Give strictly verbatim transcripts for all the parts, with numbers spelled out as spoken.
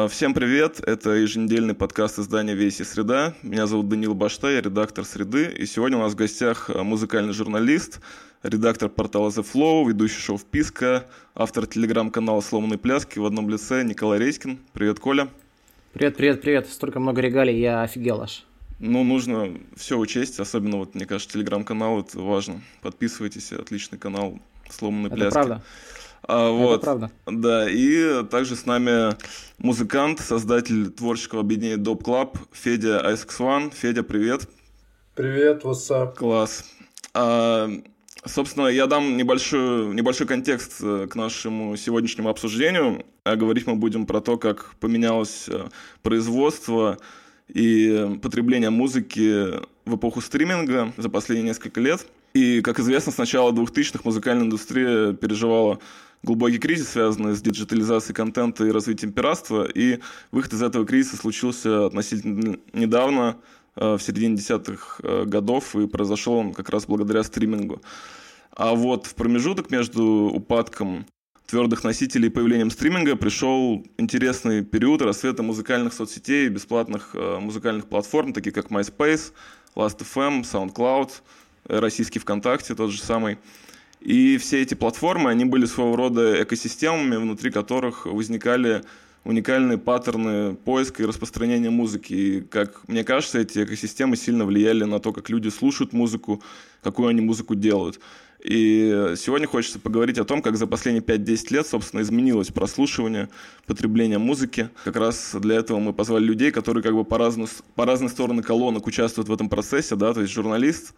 Всем привет, это еженедельный подкаст издания «Весть и среда». Меня зовут Даниил Башта, я редактор «Среды», и сегодня у нас в гостях музыкальный журналист, редактор портала The Flow, ведущий шоу «Вписка», автор телеграм-канала «Сломанные пляски» в одном лице Николай Редькин. Привет, Коля. Привет, привет, привет. Столько много регалий, я офигел аж. Ну, нужно все учесть, особенно, вот, мне кажется, телеграм-канал, это важно. Подписывайтесь, отличный канал «Сломанные это пляски». Это правда. А, вот, это правда. Да, и также с нами музыкант, создатель творческого объединения Dope Club Федя Айс Икс Ван. Федя, привет. Привет, what's up? Класс. А, собственно, я дам небольшой, небольшой контекст к нашему сегодняшнему обсуждению. А говорить мы будем про то, как поменялось производство и потребление музыки в эпоху стриминга за последние несколько лет. И, как известно, с начала двухтысячных музыкальная индустрия переживала глубокий кризис, связанный с диджитализацией контента и развитием пиратства, и выход из этого кризиса случился относительно недавно, в середине десятых годов, и произошел он как раз благодаря стримингу. А вот в промежуток между упадком твердых носителей и появлением стриминга пришел интересный период расцвета музыкальных соцсетей и бесплатных музыкальных платформ, такие как MySpace, Last эф эм, SoundCloud, российский ВКонтакте тот же самый. И все эти платформы, они были своего рода экосистемами, внутри которых возникали уникальные паттерны поиска и распространения музыки. И, как мне кажется, эти экосистемы сильно влияли на то, как люди слушают музыку, какую они музыку делают. И сегодня хочется поговорить о том, как за последние пять-десять лет, собственно, изменилось прослушивание, потребление музыки. Как раз для этого мы позвали людей, которые как бы по разные, по разные стороны колонок участвуют в этом процессе, да, то есть журналист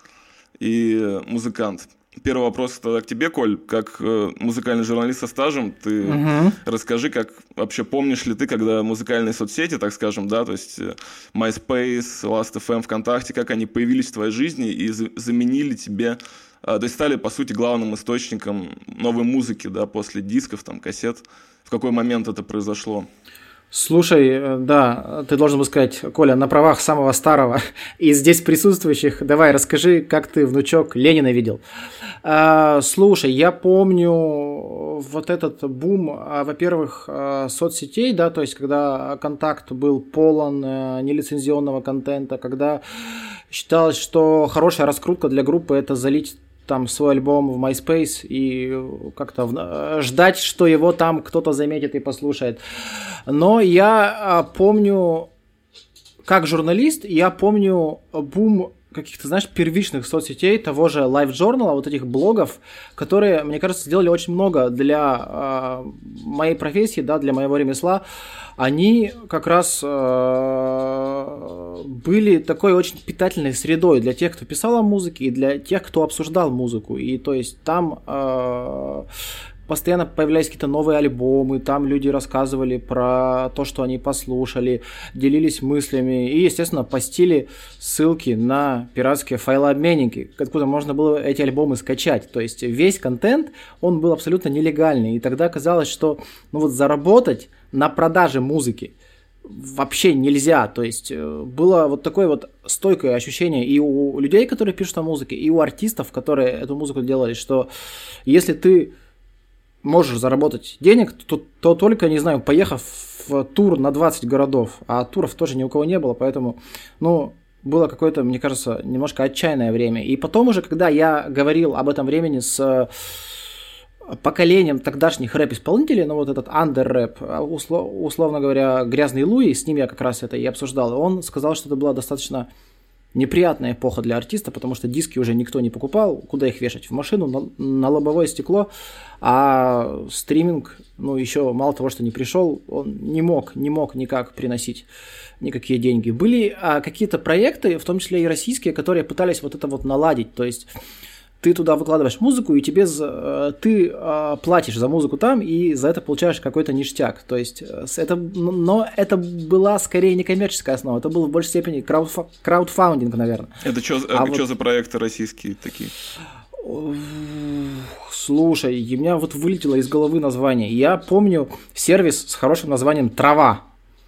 и музыкант. Первый вопрос тогда к тебе, Коль, как э, музыкальный журналист со стажем, ты uh-huh. расскажи, как вообще помнишь ли ты, когда музыкальные соцсети, так скажем, да, то есть MySpace, Last эф эм, ВКонтакте, как они появились в твоей жизни и за- заменили тебе, э, то есть стали, по сути, главным источником новой музыки, да, после дисков, там, кассет. В какой момент это произошло? Слушай, да, ты должен был сказать, Коля, на правах самого старого из здесь присутствующих, давай расскажи, как ты, внучок, Ленина видел. А, слушай, я помню вот этот бум, во-первых, соцсетей, да, то есть когда контакт был полон нелицензионного контента, когда считалось, что хорошая раскрутка для группы – это залить там свой альбом в MySpace и как-то в... ждать, что его там кто-то заметит и послушает. Но я помню, как журналист, я помню бум каких-то, знаешь, первичных соцсетей, того же LiveJournal, вот этих блогов, которые, мне кажется, сделали очень много для э, моей профессии, да, для моего ремесла. Они как раз э, были такой очень питательной средой для тех, кто писал о музыке, и для тех, кто обсуждал музыку. И то есть там э, постоянно появлялись какие-то новые альбомы, там люди рассказывали про то, что они послушали, делились мыслями и, естественно, постили ссылки на пиратские файлообменники, откуда можно было эти альбомы скачать. То есть весь контент, он был абсолютно нелегальный. И тогда казалось, что ну вот заработать на продаже музыки вообще нельзя. То есть было вот такое вот стойкое ощущение и у людей, которые пишут о музыке, и у артистов, которые эту музыку делали, что если ты можешь заработать денег, то, то только, не знаю, поехав в тур на двадцать городов, а туров тоже ни у кого не было, поэтому, ну, было какое-то, мне кажется, немножко отчаянное время. И потом уже, когда я говорил об этом времени с поколением тогдашних рэп-исполнителей, ну, вот этот андер-рэп, услов, условно говоря, Грязный Луи, с ним я как раз это и обсуждал, и он сказал, что это была достаточно неприятная эпоха для артиста, потому что диски уже никто не покупал, куда их вешать? В машину, на, на лобовое стекло, а стриминг, ну, еще мало того, что не пришел, он не мог, не мог никак приносить никакие деньги. Были а, какие-то проекты, в том числе и российские, которые пытались вот это вот наладить, то есть ты туда выкладываешь музыку, и тебе ты э, платишь за музыку там, и за это получаешь какой-то ништяк. То есть, это, но это была скорее не коммерческая основа, это был в большей степени краудфа- краудфаундинг, наверное. Это что а вот... за проекты российские такие? Слушай, у меня вот вылетело из головы название. Я помню сервис с хорошим названием «Трава».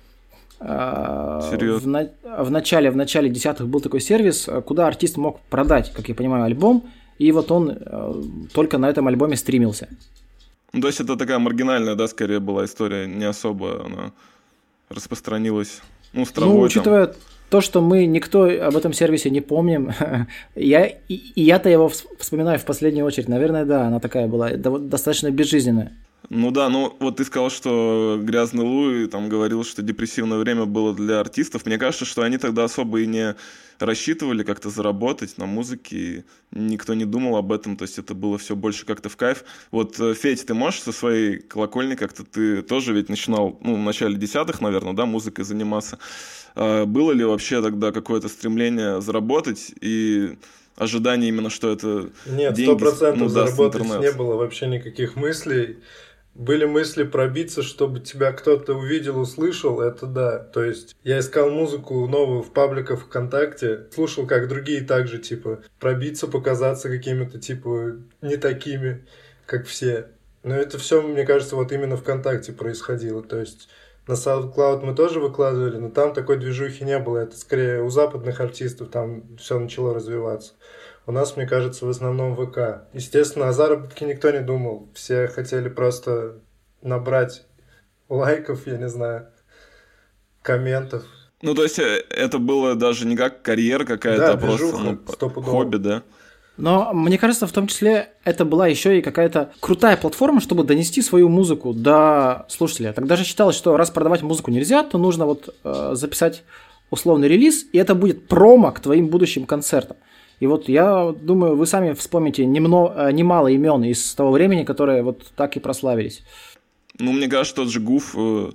Серьезно? В, в начале, в начале десятых был такой сервис, куда артист мог продать, как я понимаю, альбом, и вот он э, только на этом альбоме стримился. Ну, то есть это такая маргинальная, да, скорее была история, не особо она распространилось. Ну, с травой. Ну, учитывая там. То, что мы никто об этом сервисе не помним, я, и, и я-то его вспоминаю в последнюю очередь. Наверное, да, она такая была достаточно безжизненная. Ну да, ну вот ты сказал, что «Грязный Луи» там говорил, что депрессивное время было для артистов. Мне кажется, что они тогда особо и не рассчитывали как-то заработать на музыке. Никто не думал об этом, то есть это было все больше как-то в кайф. Вот, Федь, ты можешь со своей колокольни как-то, ты тоже ведь начинал, ну, в начале десятых, наверное, да, музыкой заниматься. Было ли вообще тогда какое-то стремление заработать и ожидание именно, что это Нет, деньги? Нет, сто процентов ну, заработать не было вообще никаких мыслей. Были мысли пробиться, чтобы тебя кто-то увидел, услышал, это да. То есть я искал музыку новую в пабликах ВКонтакте, слушал, как другие также, типа, пробиться, показаться какими-то, типа, не такими, как все. Но это все, мне кажется, вот именно ВКонтакте происходило. То есть на SoundCloud мы тоже выкладывали, но там такой движухи не было. Это скорее у западных артистов там все начало развиваться. У нас, мне кажется, в основном ВК. Естественно, о заработке никто не думал. Все хотели просто набрать лайков, я не знаю, комментов. Ну, то есть это было даже не как карьера какая-то, да, а просто ну, хобби, да? Но мне кажется, в том числе это была еще и какая-то крутая платформа, чтобы донести свою музыку до слушателя. Тогда же считалось, что раз продавать музыку нельзя, то нужно вот э, записать условный релиз, и это будет промо к твоим будущим концертам. И вот я думаю, вы сами вспомните немного, немало имен из того времени, которые вот так и прославились. Ну, мне кажется, тот же Гуф,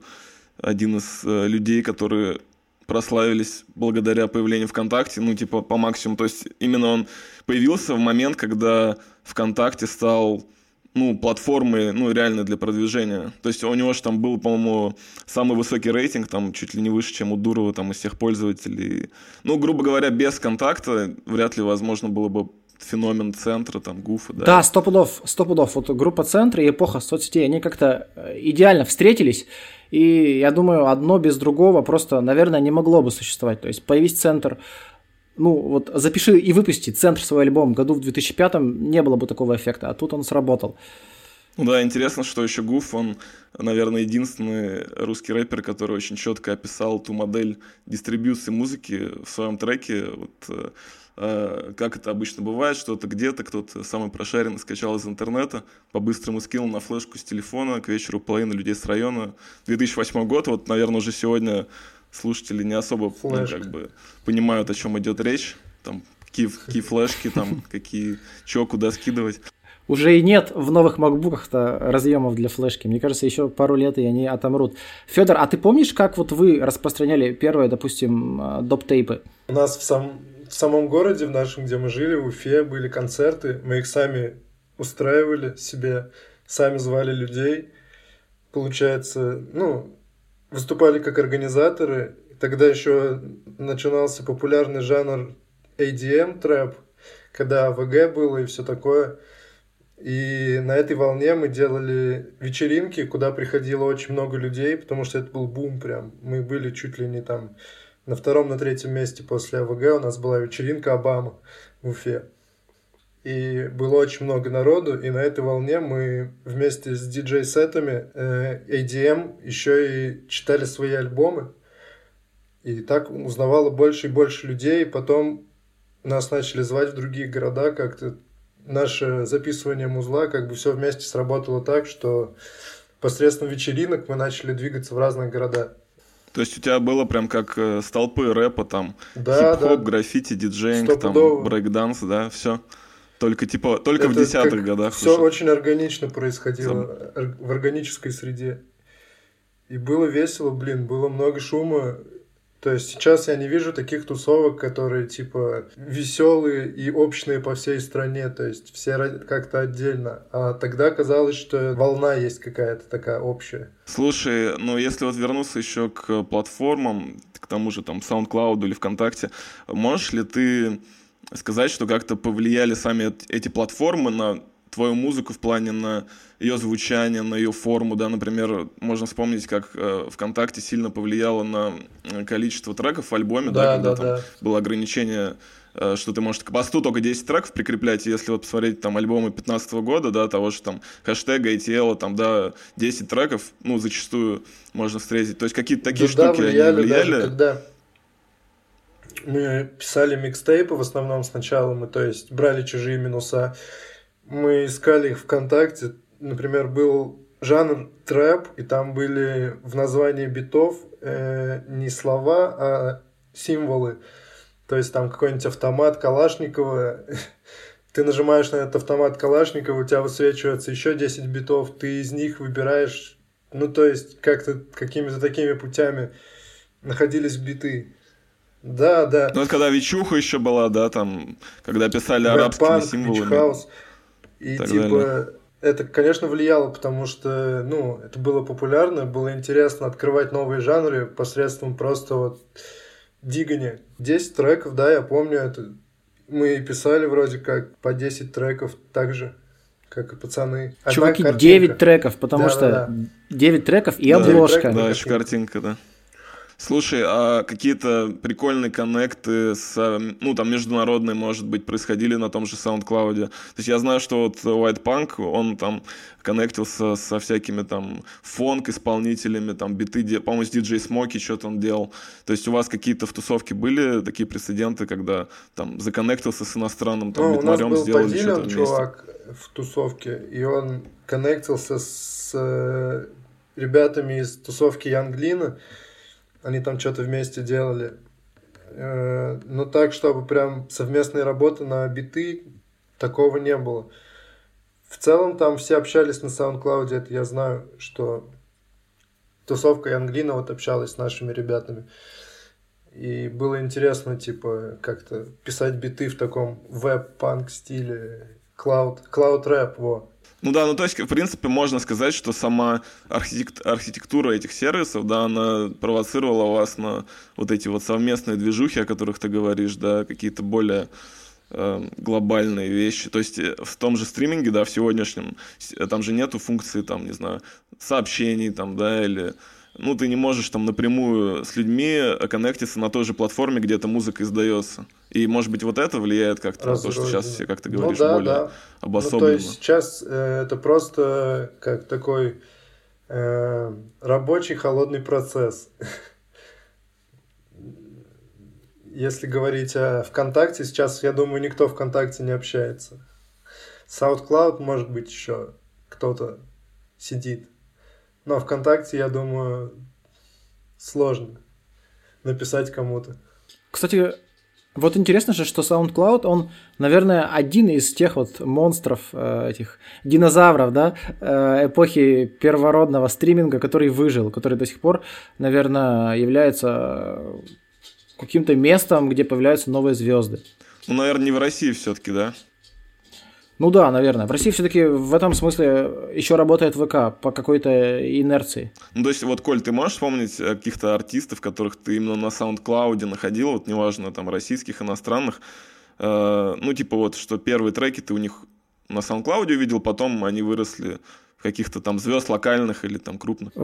один из людей, которые прославились благодаря появлению ВКонтакте, ну, типа, по максимуму. То есть именно он появился в момент, когда ВКонтакте стал, ну, платформой, ну, реально для продвижения. То есть у него же там был, по-моему, самый высокий рейтинг, там, чуть ли не выше, чем у Дурова, там, из всех пользователей. Ну, грубо говоря, без контакта вряд ли возможно было бы феномен центра, там, Гуфа, да. Да, сто пудов, сто пудов. Вот группа центра и эпоха соцсетей, они как-то идеально встретились, и я думаю, одно без другого просто, наверное, не могло бы существовать. То есть появись центр, ну, вот запиши и выпусти центр свой альбом году в две тысячи пятом, не было бы такого эффекта, а тут он сработал. Ну да, интересно, что еще Гуф, он, наверное, единственный русский рэпер, который очень четко описал ту модель дистрибьюции музыки в своем треке. Вот, э, как это обычно бывает, что-то где-то, кто-то самый прошаренный скачал из интернета, по-быстрому скинул на флешку с телефона, к вечеру половина людей с района. две тысячи восьмой год, вот, наверное, уже сегодня слушатели не особо ну, как бы, понимают, о чем идет речь. Там, какие, какие флешки, там, какие, чё, куда скидывать. Уже и нет в новых макбуках-то разъемов для флешки. Мне кажется, еще пару лет, и они отомрут. Федор, а ты помнишь, как вот вы распространяли первые, допустим, доп-тейпы? У нас в, сам, в самом городе, в нашем, где мы жили, в Уфе, были концерты. Мы их сами устраивали себе, сами звали людей. Получается, ну, выступали как организаторы. Тогда еще начинался популярный жанр эй ди эм трэп, когда а вэ гэ было и все такое. И на этой волне мы делали вечеринки, куда приходило очень много людей, потому что это был бум прям. Мы были чуть ли не там на втором, на третьем месте после а вэ гэ. У нас была вечеринка Обама в Уфе. И было очень много народу, и на этой волне мы вместе с диджей-сетами э, эй ди эм еще и читали свои альбомы. И так узнавало больше и больше людей. Потом нас начали звать в другие города как-то. Наше записывание музла, как бы все вместе сработало так, что посредством вечеринок мы начали двигаться в разные города. То есть у тебя было прям как э, столпы рэпа, там, да, хип-хоп, да. граффити, диджеинг, там, брейк-данс, да, все. Только, типа, только Это в десятых годах. Все уже. очень органично происходило, Зам... в органической среде. И было весело, блин, было много шума. То есть сейчас я не вижу таких тусовок, которые типа веселые и общие по всей стране, то есть все как-то отдельно. А тогда казалось, что волна есть какая-то такая общая. Слушай, ну если вот вернуться еще к платформам, к тому же там SoundCloud или ВКонтакте, можешь ли ты сказать, что как-то повлияли сами эти платформы на твою музыку в плане на ее звучание, на ее форму, да, например, можно вспомнить, как э, ВКонтакте сильно повлияло на количество треков в альбоме, да, да когда да, там да. было ограничение что ты можешь к посту только десять треков прикреплять, и если вот посмотреть там альбомы пятнадцатого года, да, того же там хэштега, эй ти эл, там, да, десять треков, ну, зачастую можно встретить. То есть какие-то такие да, штуки да, влияли, они влияли. Даже когда мы писали микстейпы в основном сначала, мы, то есть, брали чужие минуса, мы искали их ВКонтакте, например, был жанр трэп, и там были в названии битов э, не слова, а символы. То есть там какой-нибудь автомат Калашникова, ты нажимаешь на этот автомат Калашникова, у тебя высвечивается еще десять битов, ты из них выбираешь, ну то есть как-то какими-то такими путями находились биты. Да, да. Ну это когда Вичуха еще была, да, там, когда писали арабскими Рэп-панк, символами. Вич-хаус. И так типа далее. Это, конечно, влияло, потому что, ну, это было популярно, было интересно открывать новые жанры посредством просто вот дигания. десять треков, да, я помню, это мы писали вроде как по десять треков так же, как и пацаны. Одна Чуваки, картинка. девять треков, потому Да, что да, да. девять треков и Да, обложка. треков. Да, еще картинка, да. Слушай, а какие-то прикольные коннекты с, ну, там, международные, может быть, происходили на том же SoundCloud? То есть я знаю, что вот White Punk, он там коннектился со всякими там фонк-исполнителями, там, биты, по-моему, с диджей Смоки что-то он делал. То есть у вас какие-то в тусовке были такие прецеденты, когда там законнектился с иностранным там Ну, у нас битмарем, был сделали что-то Падилион вместе? чувак в тусовке, и он коннектился с э, ребятами из тусовки Янглина. Они там что-то вместе делали. Э, но так, чтобы прям совместной работы на биты, такого не было. В целом там все общались на SoundCloud, это я знаю, что тусовка Янглина вот общалась с нашими ребятами. И было интересно, типа, как-то писать биты в таком веб-панк стиле, cloud, cloud рэп, во. Ну да, ну то есть, в принципе, можно сказать, что сама архитект, архитектура этих сервисов, да, она провоцировала вас на вот эти вот совместные движухи, о которых ты говоришь, да, какие-то более э, глобальные вещи. То есть в том же стриминге, да, в сегодняшнем, там же нету функции, там, не знаю, сообщений, там, да, или... Ну, ты не можешь там напрямую с людьми коннектиться на той же платформе, где эта музыка издается. И, может быть, вот это влияет как-то на то, что сейчас все, как ты говоришь, ну, да, более да. обособленно. Ну, то есть сейчас э, это просто как такой э, рабочий холодный процесс. Если говорить о ВКонтакте, сейчас, я думаю, никто ВКонтакте не общается. SoundCloud, может быть, еще кто-то сидит. Но ВКонтакте, я думаю, сложно написать кому-то. Кстати, вот интересно же, что SoundCloud, он, наверное, один из тех вот монстров, э, этих динозавров, да, э, эпохи первородного стриминга, который выжил, который до сих пор, наверное, является каким-то местом, где появляются новые звезды. Ну, наверное, не в России все-таки, да? Ну да, наверное. В России все-таки в этом смысле еще работает ВК по какой-то инерции. Ну, то есть, вот, Коль, ты можешь вспомнить каких-то артистов, которых ты именно на SoundCloud находил, вот, неважно, там, российских, иностранных, э, ну, типа, вот, что первые треки ты у них на SoundCloud увидел, потом они выросли в каких-то там звезд локальных или там крупных?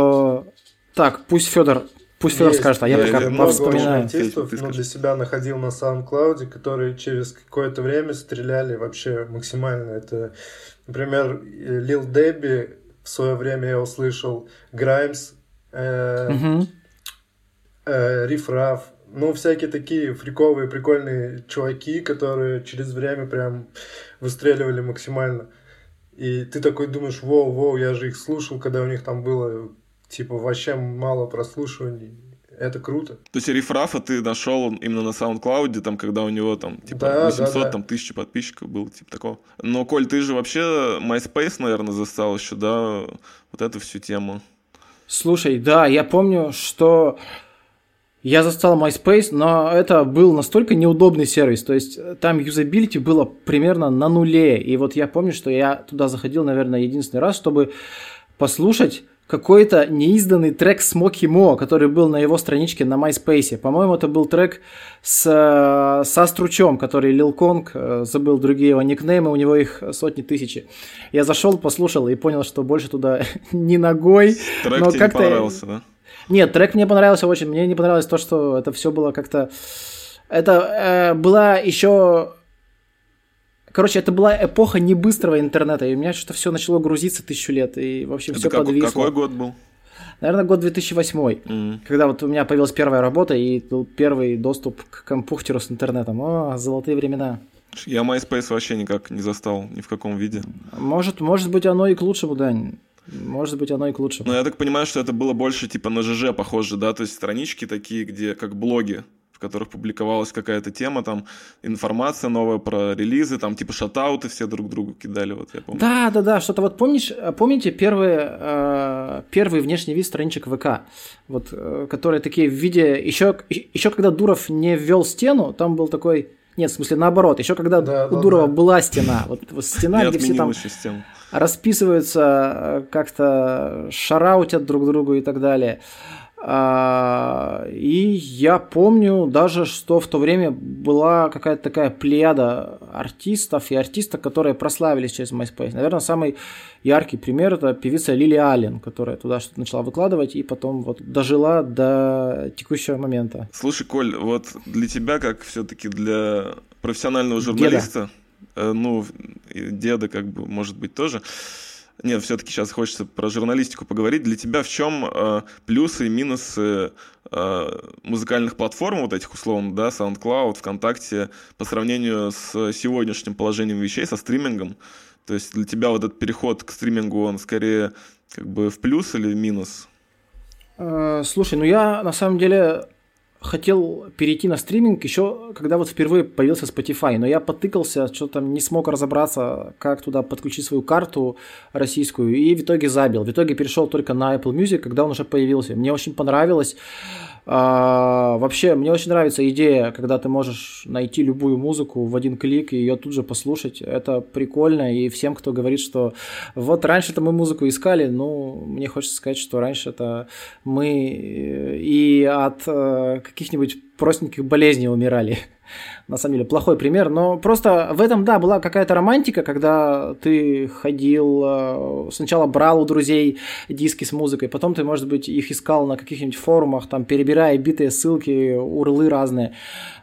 Так, пусть Федор... Пусть Федор скажет, а я да, пока я повспоминаю. Артистов, ну, для себя находил на SoundCloud, которые через какое-то время стреляли вообще максимально. Это, например, Lil Debbie, в свое время я услышал, Grimes, э, угу. э, Riff Raff, ну, всякие такие фриковые, прикольные чуваки, которые через время прям выстреливали максимально. И ты такой думаешь, воу-воу, я же их слушал, когда у них там было... Типа, вообще мало прослушиваний. Это круто. То есть Riff Raff ты нашел именно на SoundCloud, там, когда у него там типа да, восемьсот, да, да. там, тысяча подписчиков было, типа такого. Но, Коль, ты же вообще MySpace, наверное, застал еще, да, вот эту всю тему. Слушай, да, я помню, что я застал MySpace, но это был настолько неудобный сервис, то есть там юзабилити было примерно на нуле. И вот я помню, что я туда заходил, наверное, единственный раз, чтобы послушать какой-то неизданный трек Smoky Mo, который был на его страничке на MySpace. По-моему, это был трек с, со Стручом, который Lil Kong, забыл другие его никнеймы, у него их сотни тысяч. Я зашел, послушал и понял, что больше туда ни ногой. Трек но тебе как-то... не понравился, да? Нет, трек мне понравился очень. Мне не понравилось то, что это все было как-то... Это э, была еще... Короче, это была эпоха небыстрого интернета, и у меня что-то все начало грузиться тысячу лет, и вообще все как, подвисло. Какой год был? Наверное, год две тысячи восьмой, mm. когда вот у меня появилась первая работа и был первый доступ к компьютеру с интернетом. О, золотые времена. Я MySpace вообще никак не застал, ни в каком виде. Может, может быть, оно и к лучшему, Дань. Может быть, оно и к лучшему. Но я так понимаю, что это было больше типа на ЖЖ похоже, да? То есть странички такие, где как блоги, в которых публиковалась какая-то тема, там информация новая про релизы, там типа шатауты все друг другу кидали, вот я помню. Да, да, да, что-то вот помнишь, помните первые, э, первый внешний вид страничек ВК, вот, э, которые такие в виде, еще, еще когда Дуров не ввел стену, там был такой, нет, в смысле наоборот, еще когда да, у да, Дурова да. была стена, вот, вот стена, не где все там систему. Расписываются, как-то шараутят друг другу и так далее. И я помню даже, что в то время была какая-то такая плеяда артистов и артисток, которые прославились через MySpace. Наверное, самый яркий пример – это певица Лили Аллен, которая туда что-то начала выкладывать и потом вот дожила до текущего момента. Слушай, Коль, вот для тебя, как все-таки для профессионального журналиста, э, ну, деда как бы, может быть, тоже… Нет, все-таки сейчас хочется про журналистику поговорить. Для тебя в чем э, плюсы и минусы э, музыкальных платформ, вот этих условно, да, SoundCloud, ВКонтакте, по сравнению с сегодняшним положением вещей, со стримингом? То есть для тебя вот этот переход к стримингу, он скорее как бы в плюс или в минус? Э, слушай, ну я на самом деле хотел перейти на стриминг еще, когда вот впервые появился Spotify, но я потыкался, что-то не смог разобраться, как туда подключить свою карту российскую, и в итоге забил. В итоге перешел только на Apple Music, когда он уже появился. Мне очень понравилось. А, вообще, мне очень нравится идея, когда ты можешь найти любую музыку в один клик и ее тут же послушать. Это прикольно, и всем, кто говорит, что вот раньше-то мы музыку искали, ну, мне хочется сказать, что раньше-то мы и от каких-нибудь простеньких болезней умирали. На самом деле, плохой пример, но просто в этом, да, была какая-то романтика, когда ты ходил, сначала брал у друзей диски с музыкой, потом ты, может быть, их искал на каких-нибудь форумах, там, перебирая битые ссылки, урлы разные.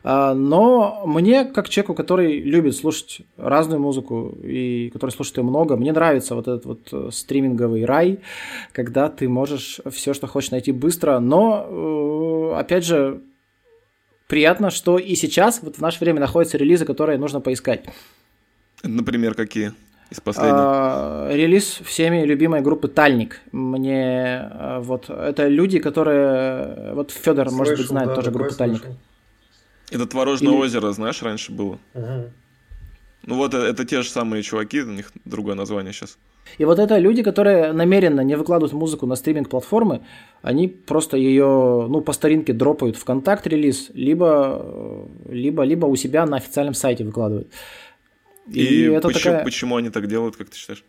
Но мне, как человеку, который любит слушать разную музыку и который слушает ее много, мне нравится вот этот вот стриминговый рай, когда ты можешь все, что хочешь, найти быстро, но, опять же, приятно, что и сейчас, вот в наше время, находятся релизы, которые нужно поискать. Например, какие из последних? А, релиз всеми любимой группы «Тальник». Мне вот это люди, которые... Вот Федор, слышал, может быть, знает да, тоже группу «Тальник». Это «Творожное Или... озеро», знаешь, раньше было? Угу. Ну вот это те же самые чуваки, у них другое название сейчас. И вот это люди, которые намеренно не выкладывают музыку на стриминг-платформы, они просто ее, ну, по старинке дропают в контакт-релиз, либо, либо, либо у себя на официальном сайте выкладывают. И, И это почему, такая... почему они так делают, как ты считаешь?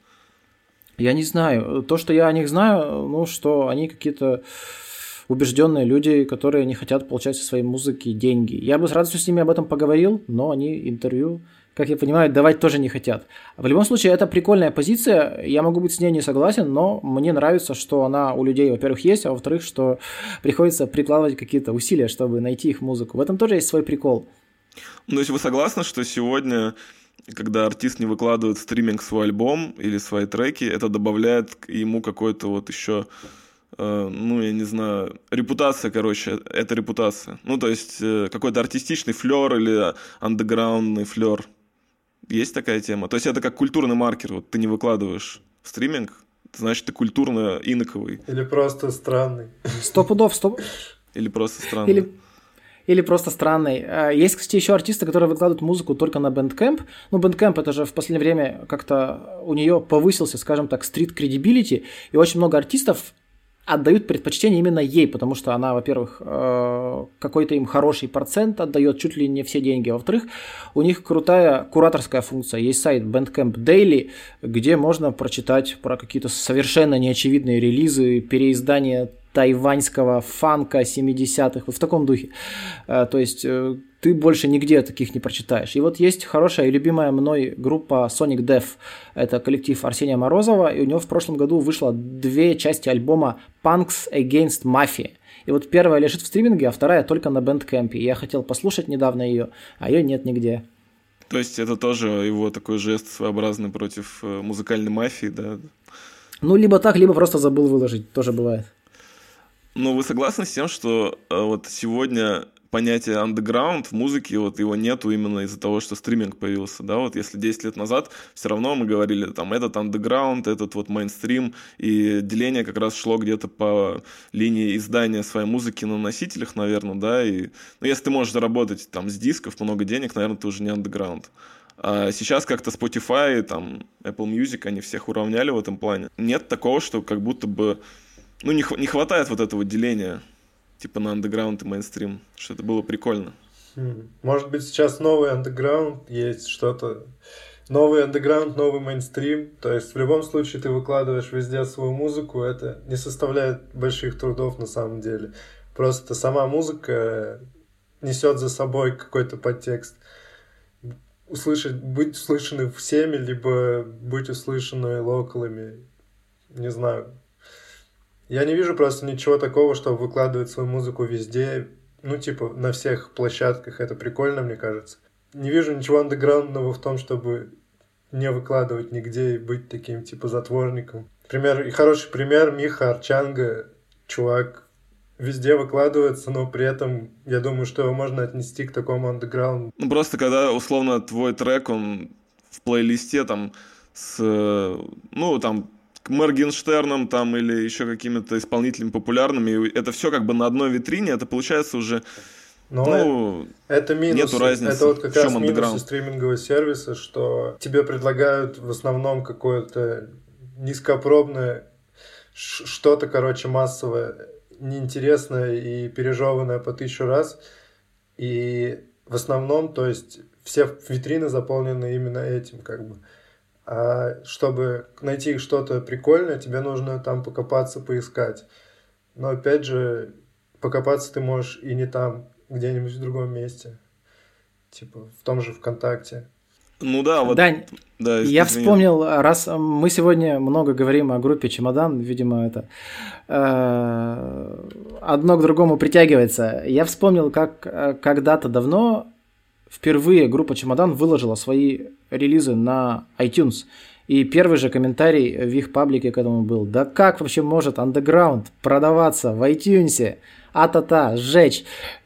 Я не знаю. То, что я о них знаю, ну, что они какие-то убежденные люди, которые не хотят получать со своей музыки деньги. Я бы с радостью с ними об этом поговорил, но они интервью, как я понимаю, давать тоже не хотят. В любом случае, это прикольная позиция, я могу быть с ней не согласен, но мне нравится, что она у людей, во-первых, есть, а во-вторых, что приходится прикладывать какие-то усилия, чтобы найти их музыку. В этом тоже есть свой прикол. Ну, то есть вы согласны, что сегодня, когда артист не выкладывает в стриминг свой альбом или свои треки, это добавляет ему какой-то вот еще... ну, я не знаю, репутация, короче, это репутация. Ну, то есть, какой-то артистичный флёр или андеграундный флёр. Есть такая тема? То есть, это как культурный маркер. Вот ты не выкладываешь в стриминг, значит, ты культурно иноковый. Или просто странный. Сто пудов, сто... Или просто странный. Или... Или просто странный. Есть, кстати, еще артисты, которые выкладывают музыку только на Bandcamp. Ну, Bandcamp, это же в последнее время как-то у нее повысился, скажем так, стрит-кредибилити, и очень много артистов отдают предпочтение именно ей, потому что она, во-первых, какой-то им хороший процент отдает, чуть ли не все деньги, а во-вторых, у них крутая кураторская функция. Есть сайт Bandcamp Daily, где можно прочитать про какие-то совершенно неочевидные релизы, переиздания тайваньского фанка семидесятых, вот в таком духе. То есть ты больше нигде таких не прочитаешь. И вот есть хорошая и любимая мной группа Sonic Death. Это коллектив Арсения Морозова, и у него в прошлом году вышло две части альбома Punks Against Mafia. И вот первая лежит в стриминге, а вторая только на Bandcamp. И я хотел послушать недавно ее, а ее нет нигде. То есть это тоже его такой жест своеобразный против музыкальной мафии, да? Ну, либо так, либо просто забыл выложить, тоже бывает. Ну, вы согласны с тем, что вот сегодня понятие underground в музыке, вот его нету именно из-за того, что стриминг появился, да, вот если десять лет назад все равно мы говорили, там, этот underground, этот вот мейнстрим, и деление как раз шло где-то по линии издания своей музыки на носителях, наверное, да, и, ну, если ты можешь заработать там с дисков много денег, наверное, ты уже не underground. А сейчас как-то Spotify, там, Apple Music, они всех уравняли в этом плане. Нет такого, что как будто бы, ну, не, не хватает вот этого деления, типа на андеграунд и мейнстрим, что это было прикольно. Может быть, сейчас новый андеграунд есть, что-то... Новый андеграунд, новый мейнстрим. То есть в любом случае ты выкладываешь везде свою музыку, это не составляет больших трудов на самом деле. Просто сама музыка несет за собой какой-то подтекст. Услышать, быть услышанным всеми, либо быть услышанным локалами, не знаю. Я не вижу просто ничего такого, чтобы выкладывать свою музыку везде, ну, типа, на всех площадках. Это прикольно, мне кажется. Не вижу ничего андеграундного в том, чтобы не выкладывать нигде и быть таким, типа, затворником. Пример, и хороший пример — Миха Арчанга. Чувак везде выкладывается, но при этом, я думаю, что его можно отнести к такому андеграунду. Ну, просто когда, условно, твой трек, он в плейлисте, там, с, ну, там, Моргенштерном там или еще какими-то исполнителями популярными, и это все как бы на одной витрине, это получается уже, но ну, это минус, нету разницы. Это вот как раз минусы стримингового сервиса, что тебе предлагают в основном какое-то низкопробное, что-то, короче, массовое, неинтересное и пережеванное по тысячу раз, и в основном, то есть все витрины заполнены именно этим, как бы. А чтобы найти что-то прикольное, тебе нужно там покопаться, поискать. Но опять же, покопаться ты можешь и не там, где-нибудь в другом месте. Типа в том же ВКонтакте. Ну да, вот... Дань, да, я вспомнил, раз мы сегодня много говорим о группе «Чемодан», видимо, это э, одно к другому притягивается. Я вспомнил, как когда-то давно впервые группа «Чемодан» выложила свои релизы на iTunes. И первый же комментарий в их паблике к этому был: да как вообще может андеграунд продаваться в iTunes? А-та-та, сжечь.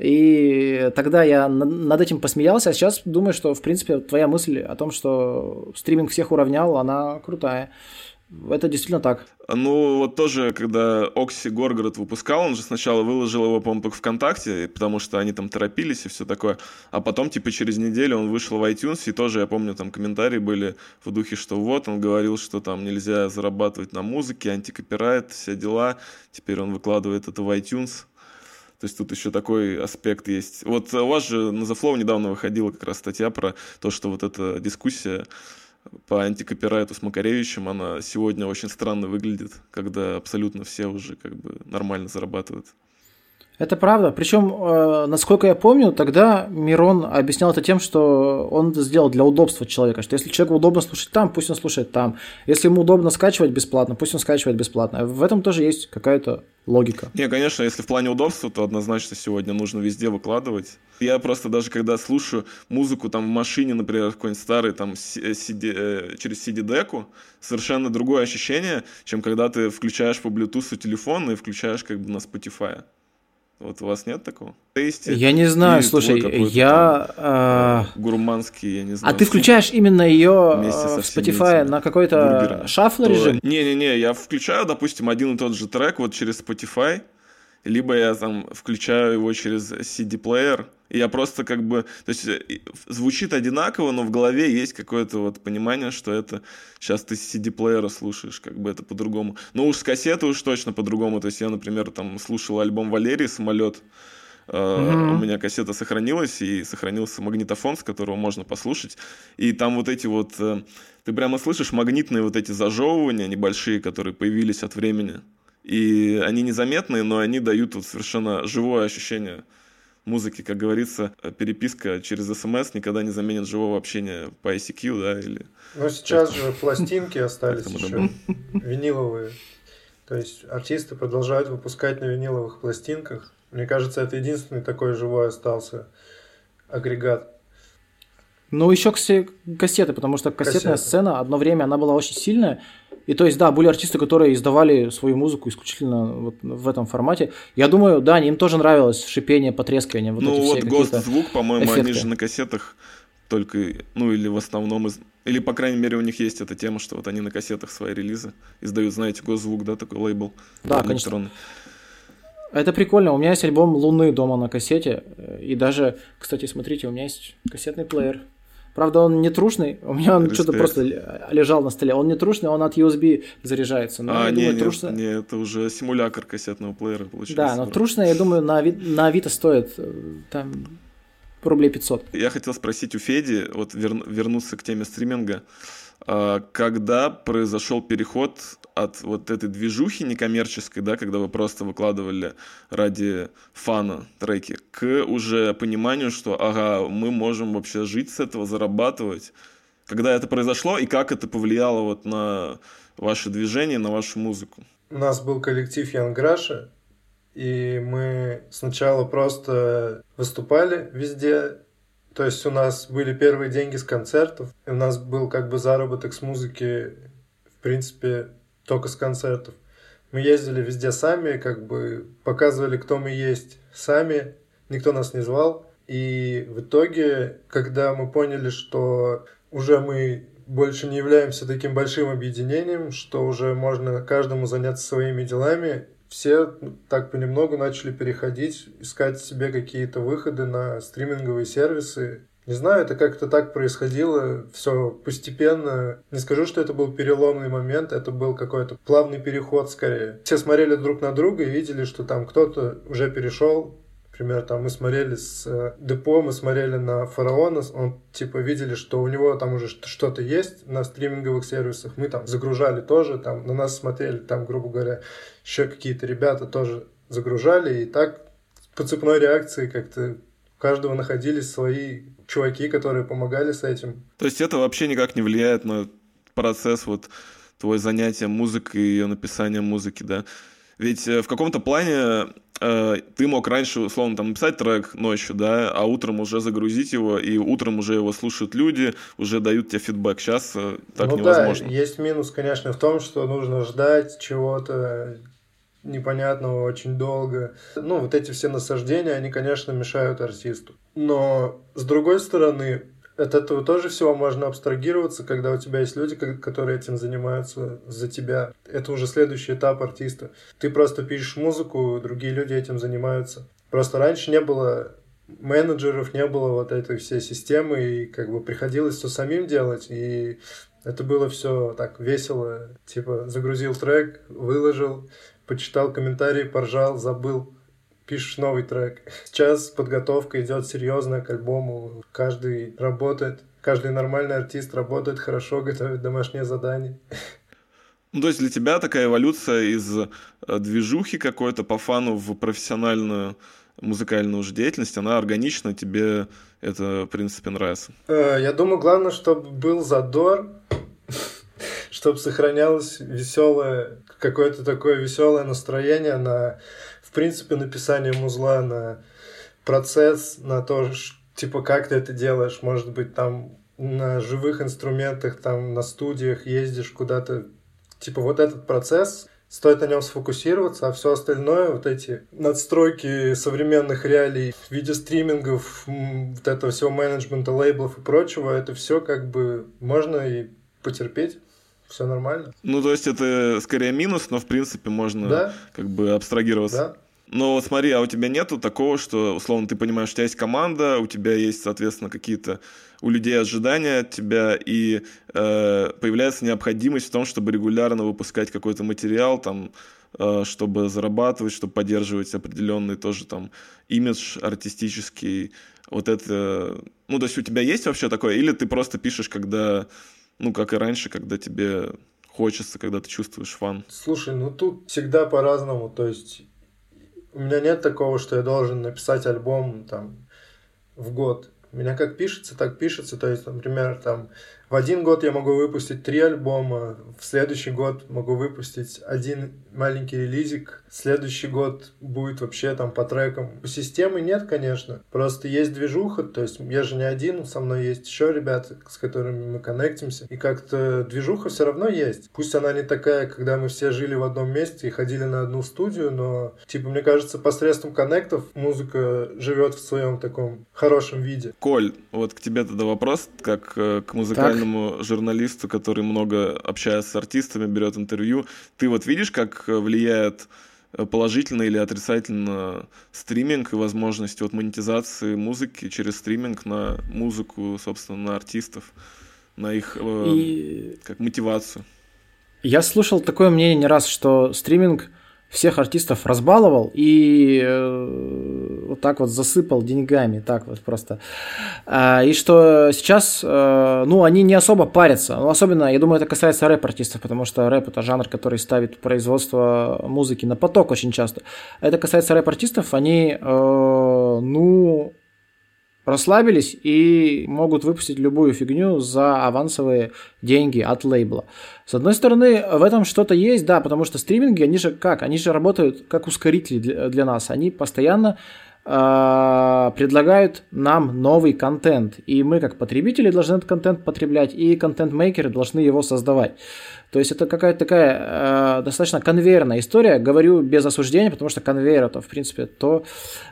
И тогда я над этим посмеялся, а сейчас думаю, что, в принципе, твоя мысль о том, что стриминг всех уравнял, она крутая. Это действительно так. Ну, вот тоже, когда Окси Горгород выпускал, он же сначала выложил его, по-моему, только ВКонтакте, потому что они там торопились и все такое, а потом, типа, через неделю он вышел в iTunes, и тоже, я помню, там комментарии были в духе, что вот, он говорил, что там нельзя зарабатывать на музыке, антикопирайт, все дела, теперь он выкладывает это в iTunes. То есть тут еще такой аспект есть. Вот у вас же на The Flow недавно выходила как раз статья про то, что вот эта дискуссия по антикопирайту с Макаревичем, она сегодня очень странно выглядит, когда абсолютно все уже как бы нормально зарабатывают. Это правда. Причем, э, насколько я помню, тогда Мирон объяснял это тем, что он это сделал для удобства человека, что если человеку удобно слушать там, пусть он слушает там. Если ему удобно скачивать бесплатно, пусть он скачивает бесплатно. В этом тоже есть какая-то логика. Не, конечно, если в плане удобства, то однозначно сегодня нужно везде выкладывать. Я просто даже когда слушаю музыку там в машине, например, какой-нибудь старый там си ди, через си ди-деку, совершенно другое ощущение, чем когда ты включаешь по Bluetooth телефон и включаешь как бы на Spotify. Вот у вас нет такого? Я не знаю, слушай, я... Там, э, гурманский, я не знаю. А ты включаешь именно ее в Spotify на какой-то шаффл режим? Не-не-не, я включаю, допустим, один и тот же трек вот через Spotify, либо я там включаю его через си ди-плеер, и я просто как бы... То есть звучит одинаково, но в голове есть какое-то вот понимание, что это сейчас ты с си ди-плеера слушаешь, как бы это по-другому. Но уж с кассеты уж точно по-другому. То есть я, например, там слушал альбом Валерии «Самолет», mm-hmm. у меня кассета сохранилась, и сохранился магнитофон, с которого можно послушать. И там вот эти вот... Ты прямо слышишь магнитные вот эти зажевывания небольшие, которые появились от времени. И они незаметные, но они дают вот совершенно живое ощущение музыки. Как говорится, переписка через смс никогда не заменит живого общения по ай си кью, да, или... Ну, сейчас же пластинки остались еще, виниловые. То есть артисты продолжают выпускать на виниловых пластинках. Мне кажется, это единственный такой живой остался агрегат. Ну, еще кассеты, потому что кассетная Кассеты. сцена одно время она была очень сильная. И то есть, да, были артисты, которые издавали свою музыку исключительно вот в этом формате. Я думаю, да, им тоже нравилось шипение, потрескивание. Вот ну эти вот все Госзвук, по-моему, эффекты. они же на кассетах только, ну или в основном, из... или по крайней мере у них есть эта тема, что вот они на кассетах свои релизы издают, знаете, Госзвук, да, такой лейбл. Да, электронный. конечно. Это прикольно. У меня есть альбом «Луны» дома на кассете. И даже, кстати, смотрите, у меня есть кассетный плеер. Правда, он не трушный. У меня он что-то просто лежал на столе. Он не трушный, он от ю эс би заряжается. Но, а, я не, думаю, не, трушный... не, это уже симулятор кассетного плеера получается. Да, но трушный, я думаю, на, Ави... на Авито стоит там рублей пятьсот. Я хотел спросить у Феди, вот вер... вернуться к теме стриминга. Когда произошел переход от вот этой движухи некоммерческой, да, когда вы просто выкладывали ради фана треки, к уже пониманию, что ага, мы можем вообще жить с этого, зарабатывать. Когда это произошло и как это повлияло вот на ваше движение, на вашу музыку? У нас был коллектив Young Russia, и мы сначала просто выступали везде. То есть у нас были первые деньги с концертов, и у нас был как бы заработок с музыки, в принципе, только с концертов. Мы ездили везде сами, как бы показывали, кто мы есть сами, никто нас не звал. И в итоге, когда мы поняли, что уже мы больше не являемся таким большим объединением, что уже можно каждому заняться своими делами, все так понемногу начали переходить, искать себе какие-то выходы на стриминговые сервисы. Не знаю, это как-то так происходило, все постепенно. Не скажу, что это был переломный момент, это был какой-то плавный переход скорее. Все смотрели друг на друга и видели, что там кто-то уже перешел. Например, там мы смотрели с Депо, мы смотрели на Фараона, он типа видели, что у него там уже что-то есть на стриминговых сервисах, мы там загружали тоже, там на нас смотрели, там, грубо говоря, еще какие-то ребята тоже загружали, и так по цепной реакции как-то у каждого находились свои чуваки, которые помогали с этим. То есть это вообще никак не влияет на процесс вот твое занятие музыкой и ее написанием музыки, да? Ведь в каком-то плане э, ты мог раньше, условно, там, написать трек ночью, да, а утром уже загрузить его, и утром уже его слушают люди, уже дают тебе фидбэк. Сейчас э, так ну невозможно. Да, есть минус, конечно, в том, что нужно ждать чего-то непонятного очень долго. Ну, вот эти все насаждения, они, конечно, мешают артисту. Но, с другой стороны, от этого тоже всего можно абстрагироваться, когда у тебя есть люди, которые этим занимаются за тебя. Это уже следующий этап артиста. Ты просто пишешь музыку, другие люди этим занимаются. Просто раньше не было менеджеров, не было вот этой всей системы, и как бы приходилось все самим делать, и это было все так весело. Типа загрузил трек, выложил, почитал комментарии, поржал, забыл. Пишешь новый трек. Сейчас подготовка идет серьезная к альбому. Каждый работает, каждый нормальный артист работает хорошо, готовит домашние задания. Ну, то есть для тебя такая эволюция из движухи какой-то по фану в профессиональную музыкальную уже деятельность, она органична, тебе это, в принципе, нравится? Я думаю, главное, чтобы был задор, чтобы сохранялось веселое, какое-то такое веселое настроение на... В принципе, написание музла, на процесс, на то, типа, как ты это делаешь. Может быть, там на живых инструментах, там на студиях ездишь куда-то. Типа, вот этот процесс, стоит на нем сфокусироваться, а все остальное, вот эти надстройки современных реалий в виде стримингов, вот этого всего менеджмента, лейблов и прочего, это все как бы можно и потерпеть. Все нормально. Ну, то есть это скорее минус, но в принципе можно да? как бы абстрагироваться. Да. Но смотри, а у тебя нету такого, что, условно, ты понимаешь, у тебя есть команда, у тебя есть, соответственно, какие-то у людей ожидания от тебя, и э, появляется необходимость в том, чтобы регулярно выпускать какой-то материал, там, э, чтобы зарабатывать, чтобы поддерживать определенный тоже там имидж артистический. Вот это... Ну, то есть у тебя есть вообще такое? Или ты просто пишешь, когда... Ну, как и раньше, когда тебе хочется, когда ты чувствуешь фан. Слушай, ну тут всегда по-разному. То есть у меня нет такого, что я должен написать альбом там в год. У меня как пишется, так пишется. То есть, например, там в один год я могу выпустить три альбома, в следующий год могу выпустить один маленький релизик, следующий год будет вообще там по трекам. Системы нет, конечно, просто есть движуха, то есть я же не один, со мной есть еще ребята, с которыми мы коннектимся, и как-то движуха все равно есть. Пусть она не такая, когда мы все жили в одном месте и ходили на одну студию, но, типа, мне кажется, посредством коннектов музыка живет в своем таком хорошем виде. Коль, вот к тебе тогда вопрос, как к музыкальному так. журналисту, который много общается с артистами, берет интервью. Ты вот видишь, как влияет положительно или отрицательно стриминг и возможность вот монетизации музыки через стриминг на музыку, собственно, на артистов, на их и... как мотивацию? Я слышал такое мнение не раз, что стриминг всех артистов разбаловал и э, вот так вот засыпал деньгами, так вот просто. А, и что сейчас, э, ну, они не особо парятся. Ну, особенно, я думаю, это касается рэп-артистов, потому что рэп – это жанр, который ставит производство музыки на поток очень часто. Это касается рэп-артистов, они, э, ну... расслабились и могут выпустить любую фигню за авансовые деньги от лейбла. С одной стороны, в этом что-то есть, да, потому что стриминги, они же как? Они же работают как ускорители для, для нас. Они постоянно э, предлагают нам новый контент. И мы, как потребители, должны этот контент потреблять, и контент-мейкеры должны его создавать. То есть это какая-то такая э, достаточно конвейерная история. Говорю без осуждения, потому что конвейер – это, в принципе, то,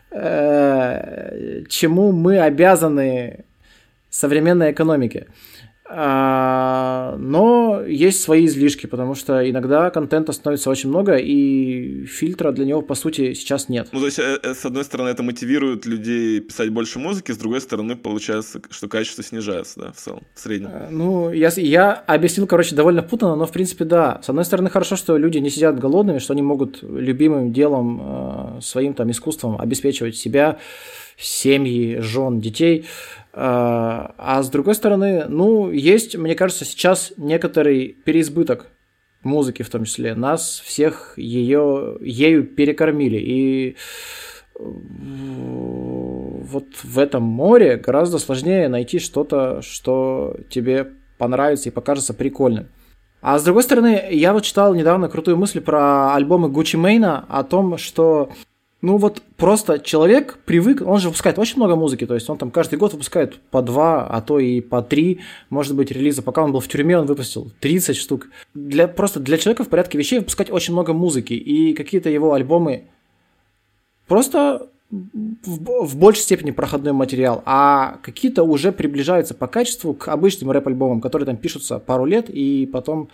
э, чему мы обязаны современной экономике. А, но есть свои излишки, потому что иногда контента становится очень много, и фильтра для него, по сути, сейчас нет. Ну, то есть, с одной стороны, это мотивирует людей писать больше музыки, с другой стороны, получается, что качество снижается, да, в целом, в среднем. Ну, я, я объяснил, короче, довольно путанно, но, в принципе, да. С одной стороны, хорошо, что люди не сидят голодными, что они могут любимым делом, своим там искусством обеспечивать себя, семьи, жен, детей. А с другой стороны, ну, есть, мне кажется, сейчас некоторый переизбыток музыки в том числе. Нас всех ее, ею перекормили. И вот в этом море гораздо сложнее найти что-то, что тебе понравится и покажется прикольным. А с другой стороны, я вот читал недавно крутую мысль про альбомы Gucci Mane о том, что ну вот просто человек привык, он же выпускает очень много музыки, то есть он там каждый год выпускает по два, а то и по три, может быть, релиза. Пока он был в тюрьме, он выпустил тридцать штук. Для, просто для человека в порядке вещей выпускать очень много музыки, и какие-то его альбомы просто в, в большей степени проходной материал, а какие-то уже приближаются по качеству к обычным рэп-альбомам, которые там пишутся пару лет и потом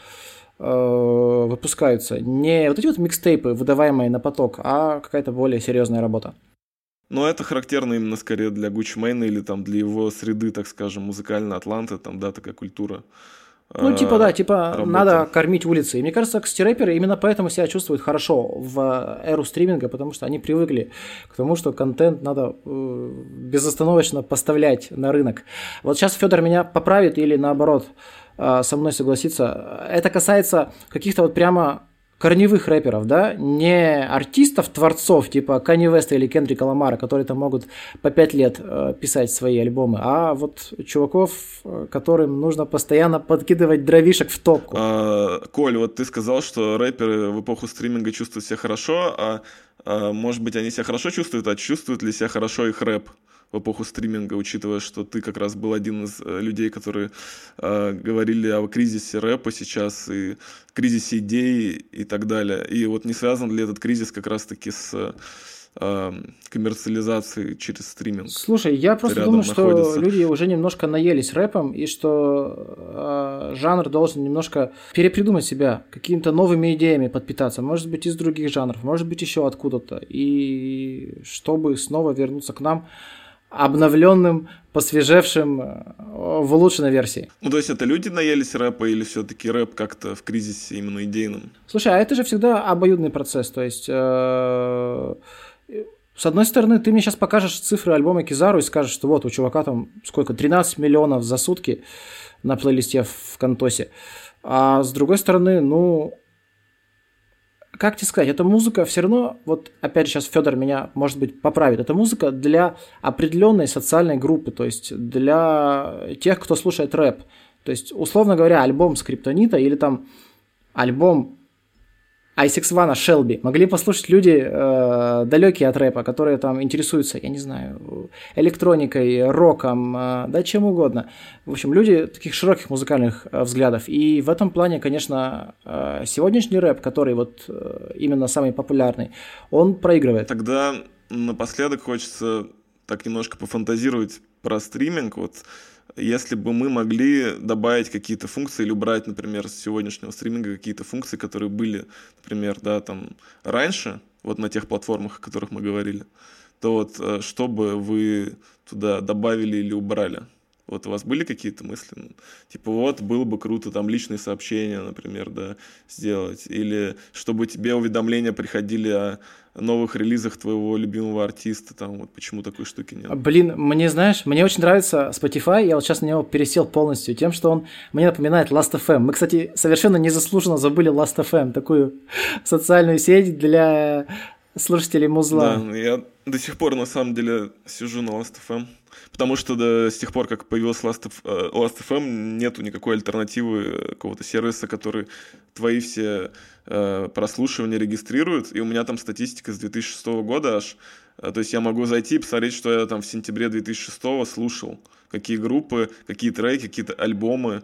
выпускаются. Не вот эти вот микстейпы, выдаваемые на поток, а какая-то более серьезная работа. Но это характерно именно скорее для Gucci Mane или там для его среды, так скажем, музыкальной Атланты, там, да, такая культура. Ну, типа, да, типа, работы. Надо кормить улицы. И мне кажется, кстати-рэперы именно поэтому себя чувствуют хорошо в эру стриминга, потому что они привыкли к тому, что контент надо э, безостановочно поставлять на рынок. Вот сейчас Федор меня поправит или наоборот со мной согласиться. Это касается каких-то вот прямо корневых рэперов, да, не артистов, творцов, типа Канье Уэста или Кендрика Ламара, которые там могут по пять лет писать свои альбомы, а вот чуваков, которым нужно постоянно подкидывать дровишек в топку. А, Коль, вот ты сказал, что рэперы в эпоху стриминга чувствуют себя хорошо, а, а может быть, они себя хорошо чувствуют, а чувствует ли себя хорошо их рэп в эпоху стриминга, учитывая, что ты как раз был один из людей, которые э, говорили о кризисе рэпа сейчас и кризисе идей и так далее. И вот не связан ли этот кризис как раз-таки с э, коммерциализацией через стриминг? Слушай, я просто думаю, находится. Что люди уже немножко наелись рэпом, и что э, жанр должен немножко перепридумать себя, какими-то новыми идеями подпитаться, может быть, из других жанров, может быть, еще откуда-то, и чтобы снова вернуться к нам обновленным, посвежевшим в улучшенной версии. Ну, то есть это люди наелись рэпа или все-таки рэп как-то в кризисе именно идейном? Слушай, а это же всегда обоюдный процесс. То есть, э- с одной стороны, ты мне сейчас покажешь цифры альбома Кизару и скажешь, что вот у чувака там сколько, тринадцать миллионов за сутки на плейлисте в Кантосе. А с другой стороны, ну... Как тебе сказать, эта музыка все равно, вот опять же сейчас Федор меня, может быть, поправит, это музыка для определенной социальной группы, то есть для тех, кто слушает рэп. То есть, условно говоря, альбом Скриптонита или там альбом ай сикс ван Shelby могли послушать люди э, далекие от рэпа, которые там интересуются, я не знаю, электроникой, роком, э, да чем угодно. В общем, люди таких широких музыкальных э, взглядов. И в этом плане, конечно, э, сегодняшний рэп, который вот э, именно самый популярный, он проигрывает. Тогда напоследок хочется так немножко пофантазировать про стриминг. Вот если бы мы могли добавить какие-то функции или убрать, например, с сегодняшнего стриминга какие-то функции, которые были, например, да, там раньше, вот на тех платформах, о которых мы говорили, то вот что бы вы туда добавили или убрали? Вот у вас были какие-то мысли? Ну, типа вот было бы круто там личные сообщения, например, да, сделать. Или чтобы тебе уведомления приходили о новых релизах твоего любимого артиста. Там вот почему такой штуки нет? Блин, мне, знаешь, мне очень нравится Spotify. Я вот сейчас на него пересел полностью тем, что он мне напоминает Last эф эм. Мы, кстати, совершенно незаслуженно забыли Last эф эм, такую социальную сеть для слушателей музла. Да, я до сих пор на самом деле сижу на Last эф эм. Потому что да, с тех пор, как появился Last эф эм, нету никакой альтернативы какого-то сервиса, который твои все э, прослушивания регистрирует. И у меня там статистика с две тысячи шестого года аж. То есть я могу зайти и посмотреть, что я там в сентябре две тысячи шестого слушал. Какие группы, какие треки, какие-то альбомы.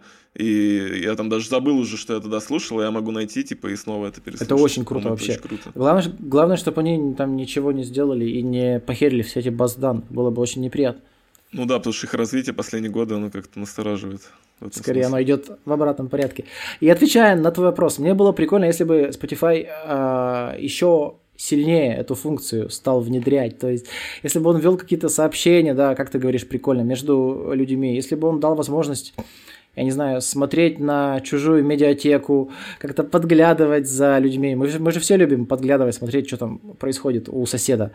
И я там даже забыл уже, что я тогда слушал, и я могу найти, типа, и снова это переслушать. Это очень круто вообще. Очень круто. Главное, главное, чтобы они там ничего не сделали и не похерили все эти баз данных. Было бы очень неприятно. Ну да, потому что их развитие последние годы, оно как-то настораживает. Скорее, смысле. Оно идет в обратном порядке. И отвечая на твой вопрос, мне было прикольно, если бы Spotify э, еще сильнее эту функцию стал внедрять. То есть, если бы он ввел какие-то сообщения, да, как ты говоришь, прикольно, между людьми, если бы он дал возможность, я не знаю, смотреть на чужую медиатеку, как-то подглядывать за людьми. Мы же, мы же все любим подглядывать, смотреть, что там происходит у соседа.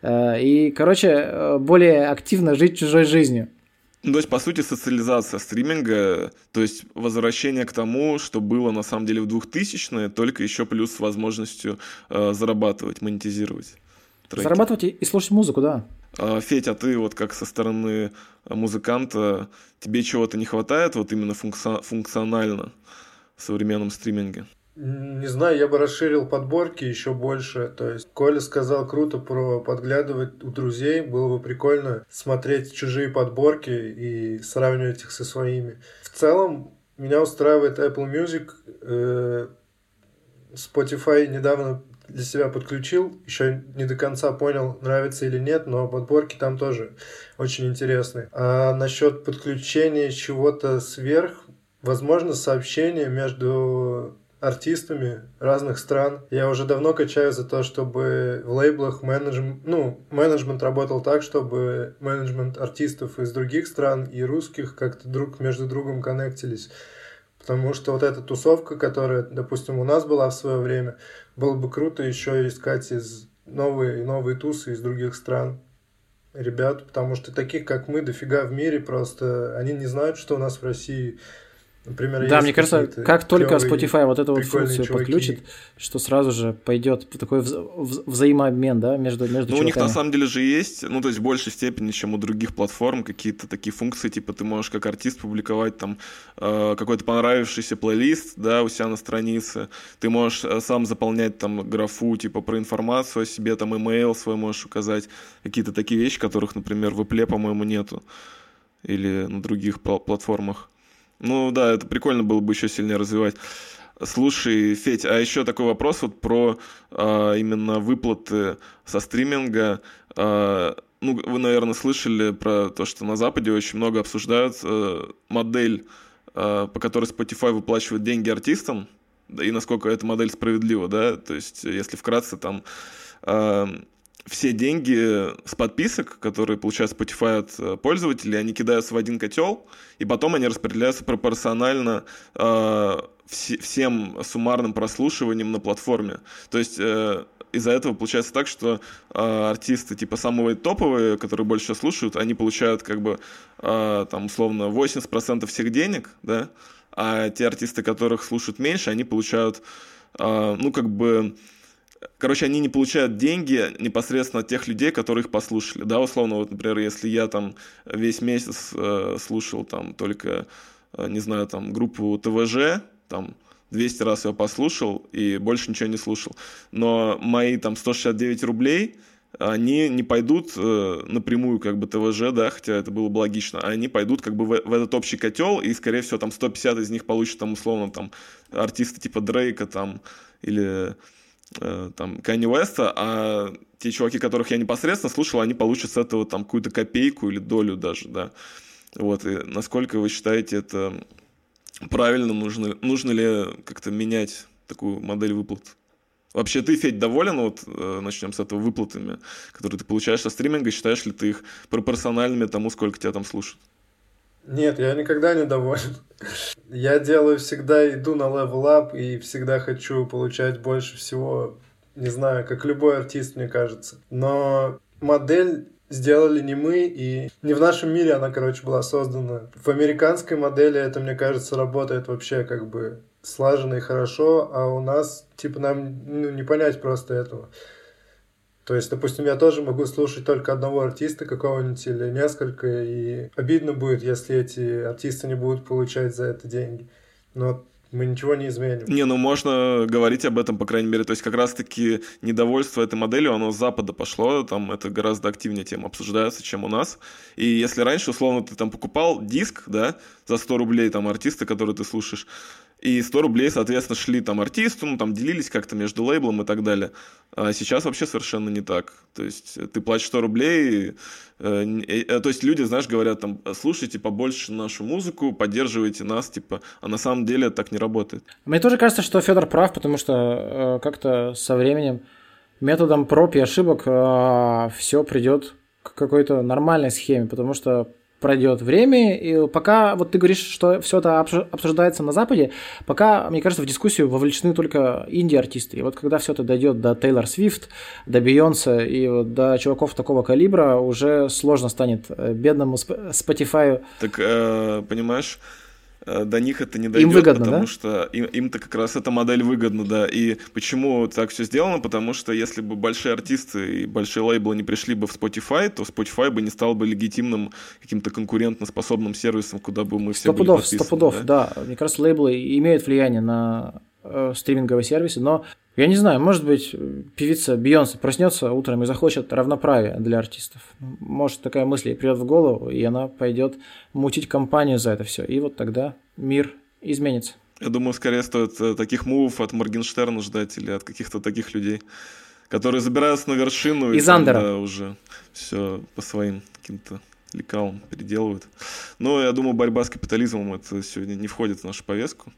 И, короче, более активно жить чужой жизнью. Ну, то есть, по сути, социализация стриминга, то есть возвращение к тому, что было на самом деле в двухтысячные, только еще плюс с возможностью э, зарабатывать, монетизировать треки. Зарабатывать и слушать музыку, да. Федь, а ты вот как со стороны музыканта, тебе чего-то не хватает вот именно функци- функционально в современном стриминге? Не знаю, я бы расширил подборки еще больше. То есть Коля сказал круто про подглядывать у друзей. Было бы прикольно смотреть чужие подборки и сравнивать их со своими. В целом, меня устраивает Apple Music. Spotify недавно для себя подключил, еще не до конца понял, нравится или нет, но подборки там тоже очень интересные. А насчет подключения чего-то сверх, возможно, сообщения между артистами разных стран. Я уже давно качаю за то, чтобы в лейблах менеджмент, ну, менеджмент работал так, чтобы менеджмент артистов из других стран и русских как-то друг между другом коннектились. Потому что вот эта тусовка, которая, допустим, у нас была в свое время, было бы круто еще искать из новые новые тусы из других стран ребят, потому что таких, как мы, дофига в мире, просто они не знают, что у нас в России, например, да, мне кажется, как только Spotify вот эту вот функцию чуваки. подключит, что сразу же пойдет такой вза- вза- взаимообмен, да, между, между Ну, чуваками. у них на самом деле же есть, ну, то есть в большей степени, чем у других платформ, какие-то такие функции, типа ты можешь как артист публиковать там э, какой-то понравившийся плейлист, да, у себя на странице, ты можешь э, сам заполнять там графу, типа про информацию о себе, там имейл свой можешь указать, какие-то такие вещи, которых, например, в Apple, по-моему, нету, или на других пл- платформах. Ну да, это прикольно было бы еще сильнее развивать. Слушай, Федь, а еще такой вопрос вот про а, именно выплаты со стриминга. А, ну, вы, наверное, слышали про то, что на Западе очень много обсуждают а, модель, а, по которой Spotify выплачивает деньги артистам, и насколько эта модель справедлива, да? То есть, если вкратце, там... А, все деньги с подписок, которые получают Spotify от пользователей, они кидаются в один котел, и потом они распределяются пропорционально э, вс- всем суммарным прослушиваниям на платформе. То есть э, из-за этого получается так, что э, артисты типа самые топовые, которые больше всего слушают, они получают как бы э, там условно восемьдесят процентов всех денег, да, а те артисты, которых слушают меньше, они получают, э, ну как бы... Короче, они не получают деньги непосредственно от тех людей, которые их послушали. Да, условно, вот, например, если я там весь месяц э, слушал там только не знаю, там, группу тэ вэ жэ, там, двести раз я послушал и больше ничего не слушал. Но мои там сто шестьдесят девять рублей, они не пойдут э, напрямую как бы тэ вэ жэ, да, хотя это было бы логично, а они пойдут как бы в, в этот общий котел, и, скорее всего, там сто пятьдесят из них получат там условно там артисты типа Дрейка там или э, там Канье Уэста, а те чуваки, которых я непосредственно слушал, они получат с этого там какую-то копейку или долю даже, да. Вот, и насколько вы считаете это правильно, нужно, нужно ли как-то менять такую модель выплат? Вообще ты, Федь, доволен, вот э, начнем с этого, выплатами, которые ты получаешь со стриминга, считаешь ли ты их пропорциональными тому, сколько тебя там слушают? Нет, я никогда не доволен. Я делаю всегда, иду на level up и всегда хочу получать больше всего, не знаю, как любой артист, мне кажется. Но модель сделали не мы, и не в нашем мире она, короче, была создана. В американской модели это, мне кажется, работает вообще как бы слаженно и хорошо, а у нас, типа, нам ну, не понять просто этого. То есть, допустим, я тоже могу слушать только одного артиста какого-нибудь или несколько, и обидно будет, если эти артисты не будут получать за это деньги. Но мы ничего не изменим. Не, ну можно говорить об этом, по крайней мере. То есть как раз-таки недовольство этой моделью, оно с Запада пошло, там это гораздо активнее тема обсуждается, чем у нас. И если раньше, условно, ты там покупал диск, да, за сто рублей, там, артиста, который ты слушаешь, и сто рублей, соответственно, шли там артисту, ну, там делились как-то между лейблом и так далее. А сейчас вообще совершенно не так. То есть ты платишь сто рублей, э, э, то есть люди, знаешь, говорят там, слушайте побольше нашу музыку, поддерживайте нас, типа, а на самом деле это так не работает. Мне тоже кажется, что Федор прав, потому что э, как-то со временем методом проб и ошибок э, все придет к какой-то нормальной схеме, потому что пройдет время, и пока, вот ты говоришь, что все это обсуждается на Западе, пока, мне кажется, в дискуссию вовлечены только инди-артисты. И вот когда все это дойдет до Тейлор Свифт, до Бейонсе и вот до чуваков такого калибра, уже сложно станет бедному Spotify. Так, э, понимаешь, до них это не дойдет, им выгодно, потому да? что им, им-то как раз эта модель выгодна, да. И почему так все сделано? Потому что если бы большие артисты и большие лейблы не пришли бы в Spotify, то Spotify бы не стал бы легитимным каким-то конкурентоспособным сервисом, куда бы мы все сто были пудов, подписаны. Сто пудов, да? да. Мне кажется, лейблы имеют влияние на э, стриминговые сервисы, но я не знаю, может быть, певица Бейонсе проснется утром и захочет равноправия для артистов. Может, такая мысль ей придет в голову, и она пойдет мутить компанию за это все. И вот тогда мир изменится. Я думаю, скорее стоит таких мувов от Моргенштерна ждать или от каких-то таких людей, которые забираются на вершину Из и там, андера. да, уже все по своим каким-то лекалам переделывают. Но я думаю, борьба с капитализмом это сегодня не входит в нашу повестку.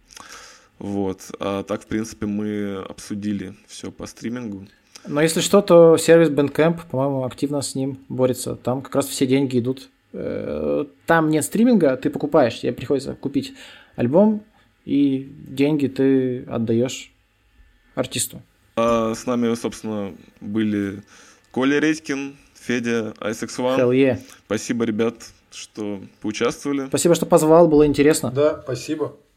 Вот. А так, в принципе, мы обсудили все по стримингу. Но если что, то сервис Bandcamp, по-моему, активно с ним борется. Там как раз все деньги идут. Там нет стриминга, ты покупаешь, тебе приходится купить альбом, и деньги ты отдаешь артисту. А с нами, собственно, были Коля Редькин, Федя, Айсекс Ван. Hell yeah. Спасибо, ребят, что поучаствовали. Спасибо, что позвал, было интересно. Да, спасибо.